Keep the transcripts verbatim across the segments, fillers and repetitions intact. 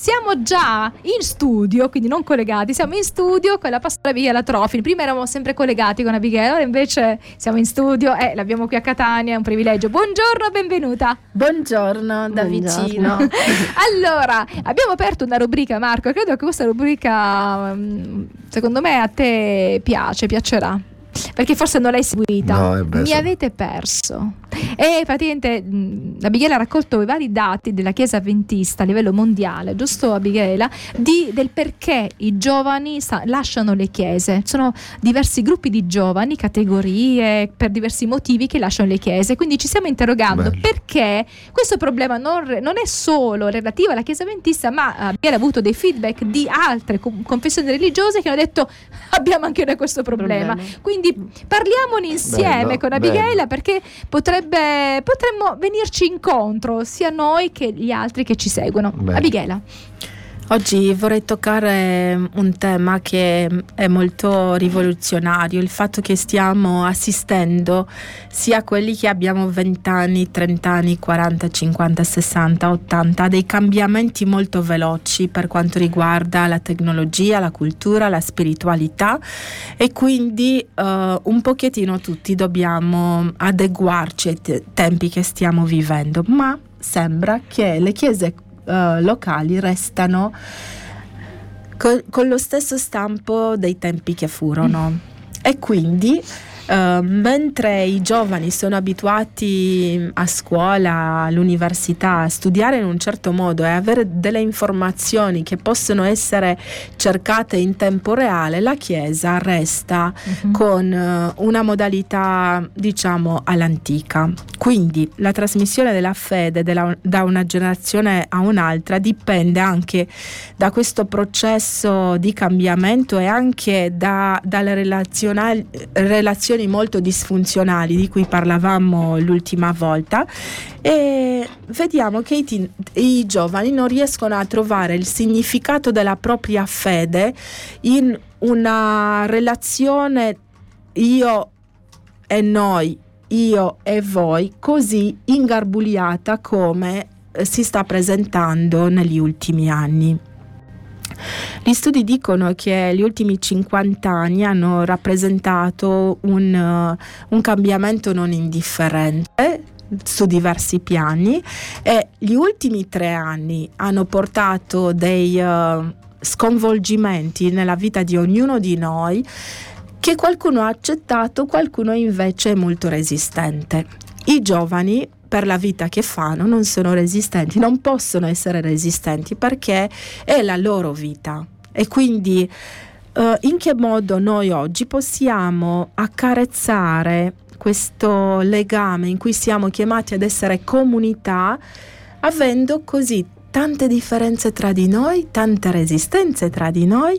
siamo già in studio, quindi non collegati, siamo in studio con la pastora Abigaila Trofim. Prima eravamo sempre collegati con Abigaila, invece siamo in studio e eh, l'abbiamo qui a Catania, è un privilegio. Buongiorno, benvenuta. Buongiorno da Buongiorno. vicino. Allora, abbiamo aperto una rubrica, Marco, credo che questa rubrica secondo me a te piace, piacerà, perché forse non l'hai seguita. No, è vero. Mi avete perso. E praticamente mh, Abigaila ha raccolto i vari dati della Chiesa Adventista a livello mondiale, giusto Abigaila, di, del perché i giovani sta, lasciano le chiese. Sono diversi gruppi di giovani, categorie, per diversi motivi che lasciano le chiese. Quindi ci stiamo interrogando Bello. perché questo problema non, non è solo relativo alla Chiesa Adventista, ma Abigaila ha avuto dei feedback di altre com- confessioni religiose che hanno detto abbiamo anche noi questo problema. Problema. Quindi parliamone insieme Bello, con Abigaila, bello. perché potrebbe potremmo venirci incontro sia noi che gli altri che ci seguono. Bene. Abigaila. Oggi vorrei toccare un tema che è molto rivoluzionario, il fatto che stiamo assistendo sia quelli che abbiamo venti anni, trenta anni, quaranta, cinquanta, sessanta, ottanta, a dei cambiamenti molto veloci per quanto riguarda la tecnologia, la cultura, la spiritualità, e quindi uh, un pochettino tutti dobbiamo adeguarci ai te- tempi che stiamo vivendo, ma sembra che le chiese Uh, locali restano co- con lo stesso stampo dei tempi che furono, mm. e quindi uh, mentre i giovani sono abituati a scuola, all'università, a studiare in un certo modo e avere delle informazioni che possono essere cercate in tempo reale, la Chiesa resta mm-hmm. con uh, una modalità, diciamo, all'antica. Quindi la trasmissione della fede della, da una generazione a un'altra dipende anche da questo processo di cambiamento e anche da, dalle relazionali, relazioni molto disfunzionali di cui parlavamo l'ultima volta, e vediamo che i, teen, i giovani non riescono a trovare il significato della propria fede in una relazione io e noi, io e voi, così ingarbugliata come si sta presentando negli ultimi anni. Gli studi dicono che gli ultimi cinquanta anni hanno rappresentato un, uh, un cambiamento non indifferente su diversi piani, e gli ultimi tre anni hanno portato dei uh, sconvolgimenti nella vita di ognuno di noi, che qualcuno ha accettato, qualcuno invece è molto resistente. I giovani, per la vita che fanno, non sono resistenti, non possono essere resistenti perché è la loro vita. E quindi uh, in che modo noi oggi possiamo accarezzare questo legame in cui siamo chiamati ad essere comunità, avendo così tante differenze tra di noi, tante resistenze tra di noi,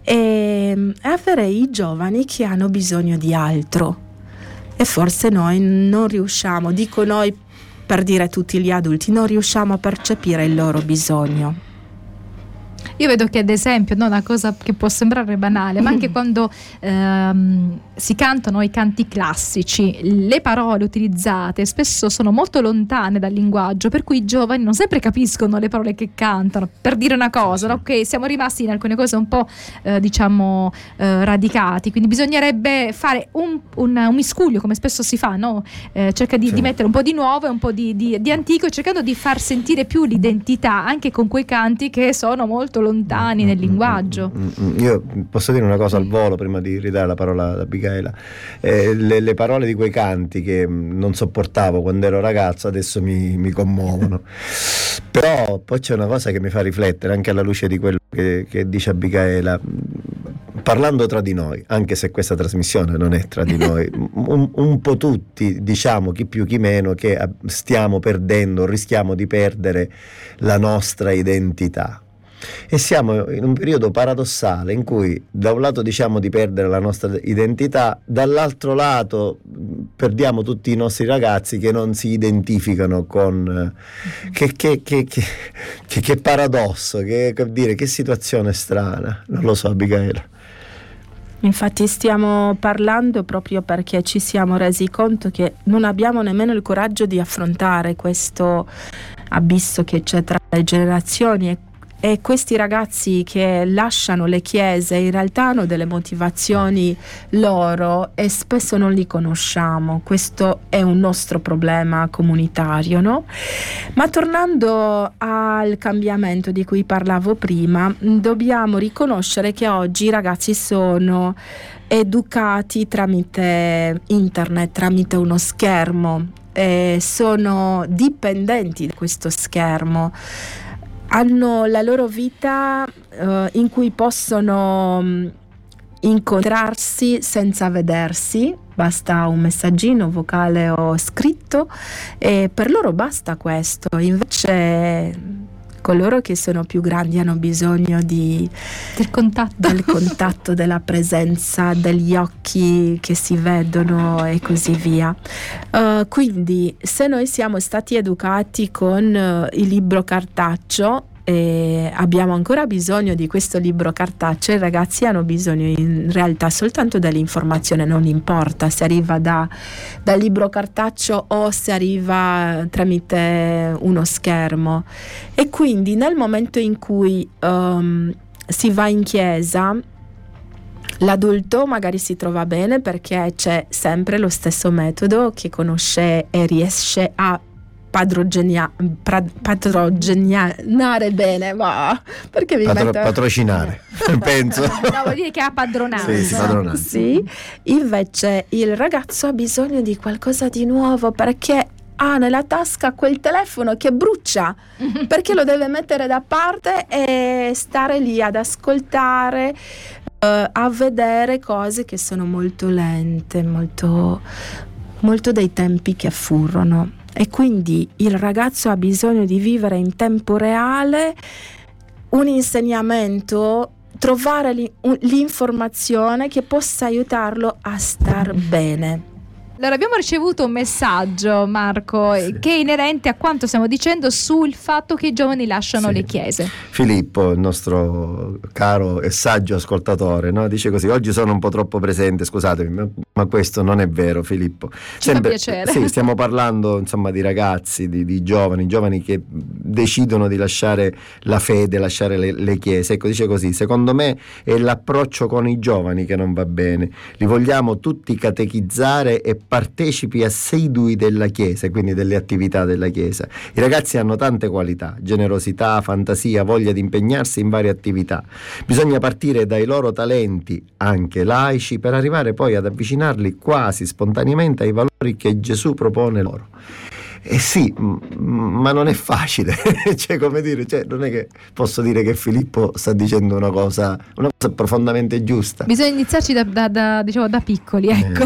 e avere i giovani che hanno bisogno di altro. E forse noi non riusciamo, dico noi per dire tutti gli adulti, non riusciamo a percepire il loro bisogno. Io vedo che, ad esempio, no, una cosa che può sembrare banale, ma anche quando ehm, si cantano i canti classici, le parole utilizzate spesso sono molto lontane dal linguaggio, per cui i giovani non sempre capiscono le parole che cantano. Per dire una cosa, no? Che siamo rimasti in alcune cose un po' eh, diciamo eh, radicati, quindi bisognerebbe fare un, un, un miscuglio, come spesso si fa, no? Eh, cerca di, sì. di mettere un po' di nuovo e un po' di, di, di antico, cercando di far sentire più l'identità anche con quei canti che sono molto lontani nel linguaggio. Io posso dire una cosa al volo prima di ridare la parola ad Abigaila. Eh, le, le parole di quei canti che non sopportavo quando ero ragazzo adesso mi, mi commuovono. Però poi c'è una cosa che mi fa riflettere anche alla luce di quello che, che dice Abigaila, parlando tra di noi, anche se questa trasmissione non è tra di noi, un, un po' tutti, diciamo, chi più chi meno, che stiamo perdendo, rischiamo di perdere la nostra identità. E siamo in un periodo paradossale in cui da un lato diciamo di perdere la nostra identità, dall'altro lato perdiamo tutti i nostri ragazzi che non si identificano con che, che, che, che, che, che paradosso, che, che dire, che situazione strana, non lo so Abigaila. Infatti stiamo parlando proprio perché ci siamo resi conto che non abbiamo nemmeno il coraggio di affrontare questo abisso che c'è tra le generazioni, e e questi ragazzi che lasciano le chiese in realtà hanno delle motivazioni loro e spesso non li conosciamo. Questo è un nostro problema comunitario, no? Ma tornando al cambiamento di cui parlavo prima, dobbiamo riconoscere che oggi i ragazzi sono educati tramite internet, tramite uno schermo, e sono dipendenti da questo schermo. Hanno la loro vita uh, in cui possono um, incontrarsi senza vedersi, basta un messaggino vocale o scritto e per loro basta questo. Invece coloro che sono più grandi hanno bisogno di, del contatto, del contatto, della presenza, degli occhi che si vedono e così via. Uh, quindi se noi siamo stati educati con uh, il libro cartaceo e abbiamo ancora bisogno di questo libro cartaceo, i ragazzi hanno bisogno in realtà soltanto dell'informazione, non importa se arriva da, dal libro cartaceo o se arriva tramite uno schermo. E quindi nel momento in cui um, si va in chiesa, l'adulto magari si trova bene perché c'è sempre lo stesso metodo che conosce e riesce a Padrogenia, pra, patrocinare bene, ma perché mi Patro, metto... patrocinare penso no, vuol dire che ha padronato. sì, sì, padronato. Sì, invece il ragazzo ha bisogno di qualcosa di nuovo perché ha nella tasca quel telefono che brucia, perché lo deve mettere da parte e stare lì ad ascoltare, uh, a vedere cose che sono molto lente, molto, molto dei tempi che affurrono. E quindi il ragazzo ha bisogno di vivere in tempo reale un insegnamento, trovare l'informazione che possa aiutarlo a star bene. Allora, abbiamo ricevuto un messaggio, Marco, sì, che è inerente a quanto stiamo dicendo sul fatto che i giovani lasciano sì. le chiese. Filippo, il nostro caro e saggio ascoltatore, no? Dice così: oggi sono un po' troppo presente, scusatemi, ma, ma questo non è vero, Filippo. Ci fa piacere. Sì, stiamo parlando insomma di ragazzi, di, di giovani, giovani che decidono di lasciare la fede, lasciare le, le chiese. Ecco, dice così: secondo me è l'approccio con i giovani che non va bene. Li vogliamo tutti catechizzare e partecipi assidui della Chiesa, quindi delle attività della Chiesa. I ragazzi hanno tante qualità: generosità, fantasia, voglia di impegnarsi in varie attività. Bisogna partire dai loro talenti, anche laici, per arrivare poi ad avvicinarli quasi spontaneamente ai valori che Gesù propone loro. Eh sì, m- ma non è facile, cioè, come dire, cioè, non è che posso dire che Filippo sta dicendo una cosa, una cosa profondamente giusta. Bisogna iniziarci da, da, da, diciamo, da piccoli, ecco.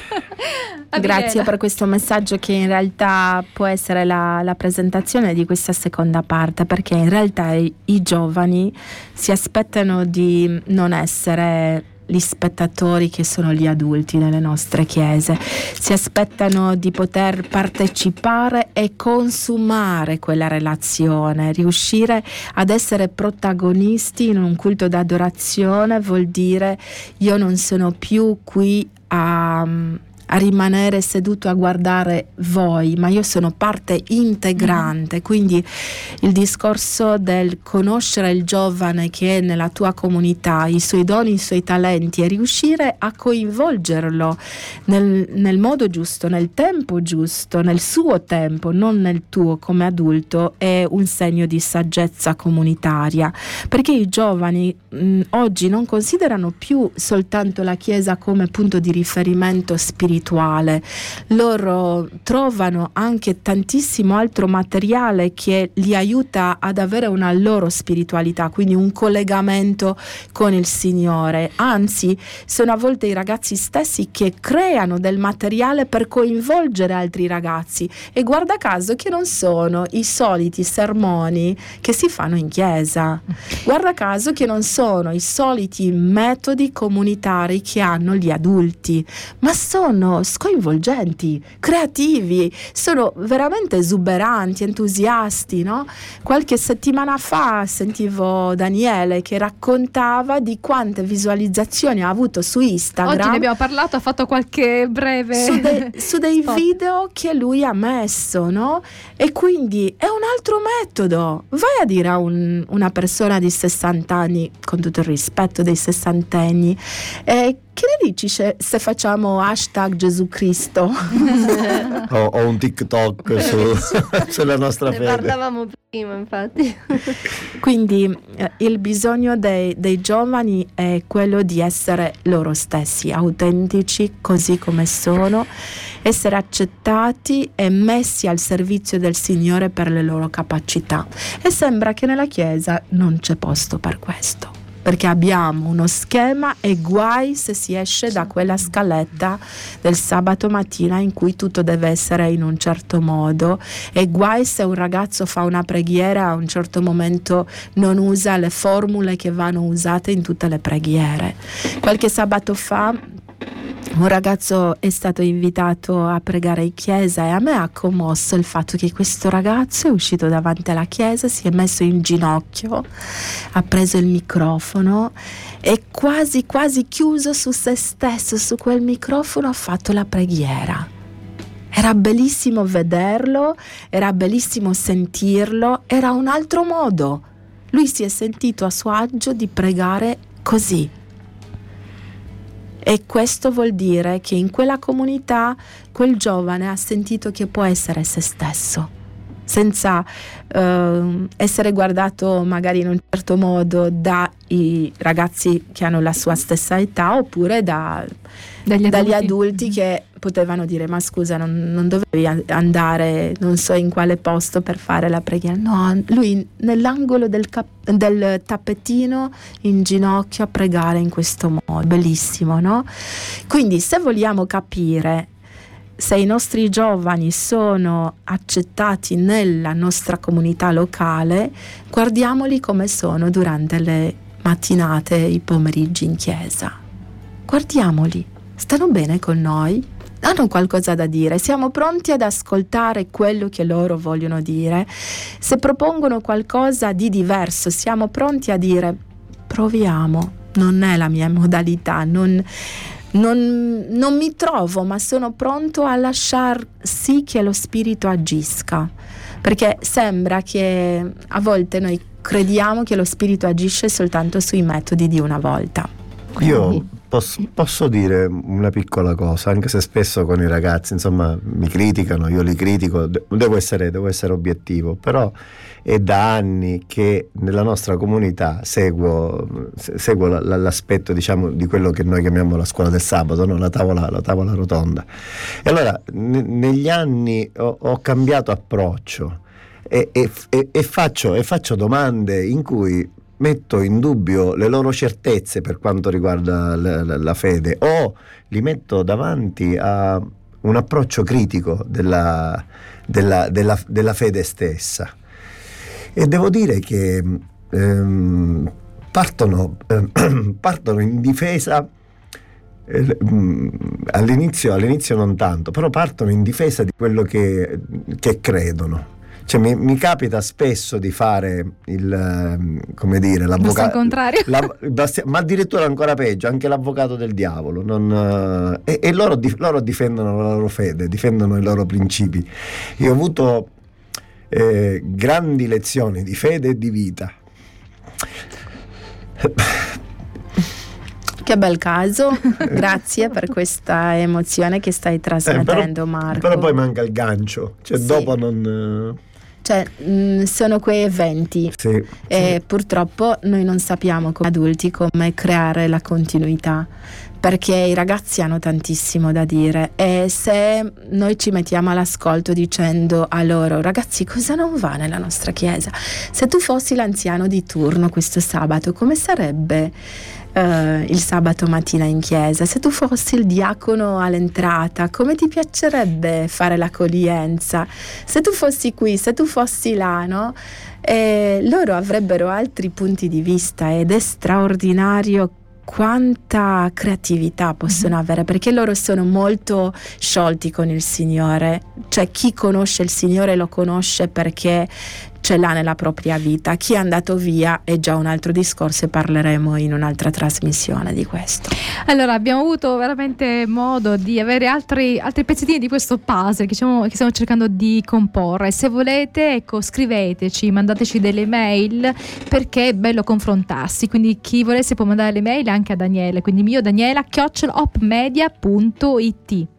Eh. Grazie per questo messaggio, che in realtà può essere la, la presentazione di questa seconda parte, perché in realtà i, i giovani si aspettano di non essere gli spettatori che sono gli adulti nelle nostre chiese, si aspettano di poter partecipare e consumare quella relazione. Riuscire ad essere protagonisti in un culto d'adorazione vuol dire: io non sono più qui a a rimanere seduto a guardare voi, ma io sono parte integrante. Quindi il discorso del conoscere il giovane che è nella tua comunità, i suoi doni, i suoi talenti, e riuscire a coinvolgerlo nel, nel modo giusto, nel tempo giusto, nel suo tempo, non nel tuo, come adulto, è un segno di saggezza comunitaria, perché i giovani mh, oggi non considerano più soltanto la Chiesa come punto di riferimento spirituale. Loro trovano anche tantissimo altro materiale che li aiuta ad avere una loro spiritualità, quindi un collegamento con il Signore. Anzi, sono a volte i ragazzi stessi che creano del materiale per coinvolgere altri ragazzi, e guarda caso che non sono i soliti sermoni che si fanno in chiesa, guarda caso che non sono i soliti metodi comunitari che hanno gli adulti, ma sono sono sconvolgenti, creativi, sono veramente esuberanti, entusiasti, no? Qualche settimana fa sentivo Daniele che raccontava di quante visualizzazioni ha avuto su Instagram. Oggi ne abbiamo parlato, ha fatto qualche breve su, de, su dei video che lui ha messo, no? E quindi è un altro metodo. Vai a dire a un, una persona di sessanta anni, con tutto il rispetto dei sessantenni, eh, che ne dici se, se facciamo hashtag Gesù Cristo? o, o un TikTok su, sulla nostra ne fede. Ne parlavamo prima, infatti. Quindi eh, il bisogno dei, dei giovani è quello di essere loro stessi, autentici così come sono, essere accettati e messi al servizio del Signore per le loro capacità. E sembra che nella Chiesa non c'è posto per questo, perché abbiamo uno schema e guai se si esce da quella scaletta del sabato mattina in cui tutto deve essere in un certo modo, e guai se un ragazzo fa una preghiera a un certo momento non usa le formule che vanno usate in tutte le preghiere. Qualche sabato fa un ragazzo è stato invitato a pregare in chiesa e a me ha commosso il fatto che questo ragazzo è uscito davanti alla chiesa, si è messo in ginocchio, ha preso il microfono e quasi quasi chiuso su se stesso, su quel microfono, ha fatto la preghiera. Era bellissimo vederlo, era bellissimo sentirlo, era un altro modo. Lui si è sentito a suo agio di pregare così. E questo vuol dire che in quella comunità quel giovane ha sentito che può essere se stesso, senza uh, essere guardato magari in un certo modo dai ragazzi che hanno la sua stessa età, oppure da, dagli, dagli adulti che potevano dire: ma scusa, non, non dovevi andare non so in quale posto per fare la preghiera. No, lui nell'angolo del, cap- del tappetino in ginocchio a pregare in questo modo, bellissimo, no? Quindi se vogliamo capire se i nostri giovani sono accettati nella nostra comunità locale, guardiamoli come sono durante le mattinate, i pomeriggi in chiesa. Guardiamoli, stanno bene con noi? Hanno qualcosa da dire? Siamo pronti ad ascoltare quello che loro vogliono dire? Se propongono qualcosa di diverso, siamo pronti a dire: proviamo, non è la mia modalità, non... Non, non mi trovo, ma sono pronto a lasciar sì che lo Spirito agisca, perché sembra che a volte noi crediamo che lo Spirito agisce soltanto sui metodi di una volta. Io posso, posso dire una piccola cosa, anche se spesso con i ragazzi insomma mi criticano, io li critico, devo essere, devo essere obiettivo, però è da anni che nella nostra comunità seguo, seguo l'aspetto, diciamo, di quello che noi chiamiamo la scuola del sabato, no? la, tavola, la tavola rotonda. E allora ne, negli anni ho, ho cambiato approccio e, e, e, e, faccio, e faccio domande in cui metto in dubbio le loro certezze per quanto riguarda la, la, la fede, o li metto davanti a un approccio critico della, della, della, della fede stessa. E devo dire che ehm, partono, eh, partono in difesa, eh, all'inizio, all'inizio non tanto, però partono in difesa di quello che, che credono. Cioè, mi, mi capita spesso di fare il, come dire, l'avvocato contrario, la, ma addirittura ancora peggio, anche l'avvocato del diavolo, non, e, e loro, loro difendono la loro fede, difendono i loro principi. Io ho avuto eh, grandi lezioni di fede e di vita. Che bel caso, grazie per questa emozione che stai trasmettendo, eh, però, Marco. Però poi manca il gancio, cioè sì. dopo non... Cioè, mh, sono quei eventi sì, e sì. purtroppo noi non sappiamo come adulti come creare la continuità, perché i ragazzi hanno tantissimo da dire, e se noi ci mettiamo all'ascolto dicendo a loro: ragazzi, cosa non va nella nostra chiesa? Se tu fossi l'anziano di turno questo sabato, come sarebbe Uh, il sabato mattina in chiesa? Se tu fossi il diacono all'entrata, come ti piacerebbe fare l'accoglienza? Se tu fossi qui, se tu fossi là, no? E loro avrebbero altri punti di vista, ed è straordinario quanta creatività possono avere, perché loro sono molto sciolti con il Signore. Cioè, chi conosce il Signore lo conosce perché ce l'ha nella propria vita. Chi è andato via è già un altro discorso, e parleremo in un'altra trasmissione di questo. Allora, abbiamo avuto veramente modo di avere altri, altri pezzettini di questo puzzle che stiamo, che stiamo cercando di comporre. Se volete, ecco, scriveteci, mandateci delle mail, perché è bello confrontarsi. Quindi chi volesse può mandare le mail anche a Daniele, quindi mio Daniela chiocciola opmedia punto it.